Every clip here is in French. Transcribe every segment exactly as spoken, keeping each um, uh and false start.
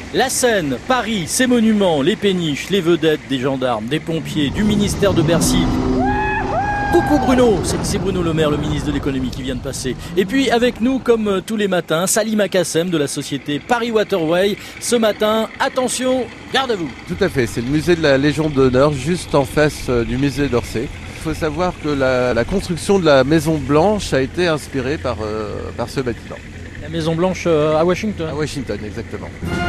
La Seine, Paris, ses monuments, les péniches, les vedettes des gendarmes, des pompiers, du ministère de Bercy. Coucou Bruno, c'est Bruno Le Maire, le ministre de l'économie qui vient de passer. Et puis avec nous, comme tous les matins, Salima Kassem de la société Paris Waterway. Ce matin, attention, garde à vous. Tout à fait, c'est le musée de la Légion d'honneur, juste en face du musée d'Orsay. Il faut savoir que la, la construction de la Maison Blanche a été inspirée par, euh, par ce bâtiment. La Maison Blanche euh, à Washington. À Washington, exactement.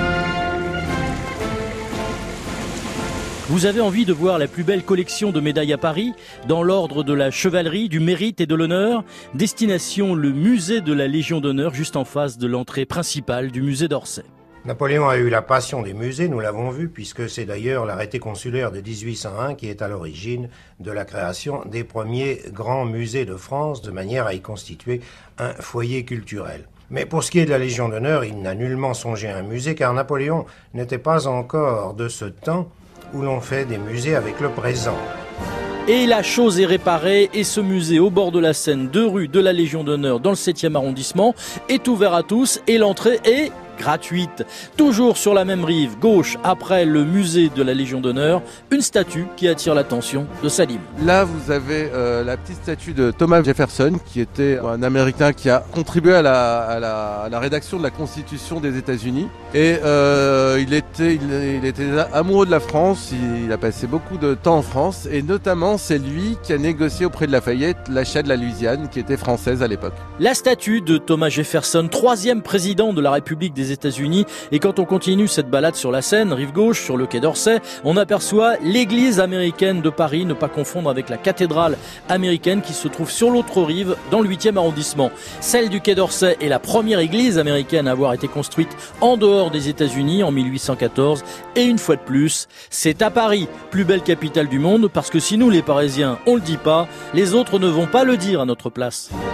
Vous avez envie de voir la plus belle collection de médailles à Paris, dans l'ordre de la chevalerie, du mérite et de l'honneur? Destination le musée de la Légion d'honneur, juste en face de l'entrée principale du musée d'Orsay. Napoléon a eu la passion des musées, nous l'avons vu, puisque c'est d'ailleurs l'arrêté consulaire de dix-huit cent un qui est à l'origine de la création des premiers grands musées de France, de manière à y constituer un foyer culturel. Mais pour ce qui est de la Légion d'honneur, il n'a nullement songé à un musée, car Napoléon n'était pas encore de ce temps où l'on fait des musées avec le présent. Et la chose est réparée, et ce musée au bord de la Seine, deux rue de la Légion d'honneur dans le septième arrondissement, est ouvert à tous et l'entrée est gratuite. Toujours sur la même rive gauche, après le musée de la Légion d'honneur, une statue qui attire l'attention de Salim. Là, vous avez euh, la petite statue de Thomas Jefferson, qui était un Américain qui a contribué à la, à la, à la rédaction de la Constitution des États-Unis. Et euh, il, était, il, il était amoureux de la France, il, il a passé beaucoup de temps en France, et notamment c'est lui qui a négocié auprès de Lafayette l'achat de la Louisiane, qui était française à l'époque. La statue de Thomas Jefferson, troisième président de la République des États-Unis, et quand on continue cette balade sur la Seine, rive gauche, sur le quai d'Orsay, on aperçoit l'église américaine de Paris, ne pas confondre avec la cathédrale américaine qui se trouve sur l'autre rive, dans le huitième arrondissement. Celle du quai d'Orsay est la première église américaine à avoir été construite en dehors des États-Unis en mille huit cent quatorze, et une fois de plus, c'est à Paris, plus belle capitale du monde, parce que si nous les Parisiens, on le dit pas, les autres ne vont pas le dire à notre place.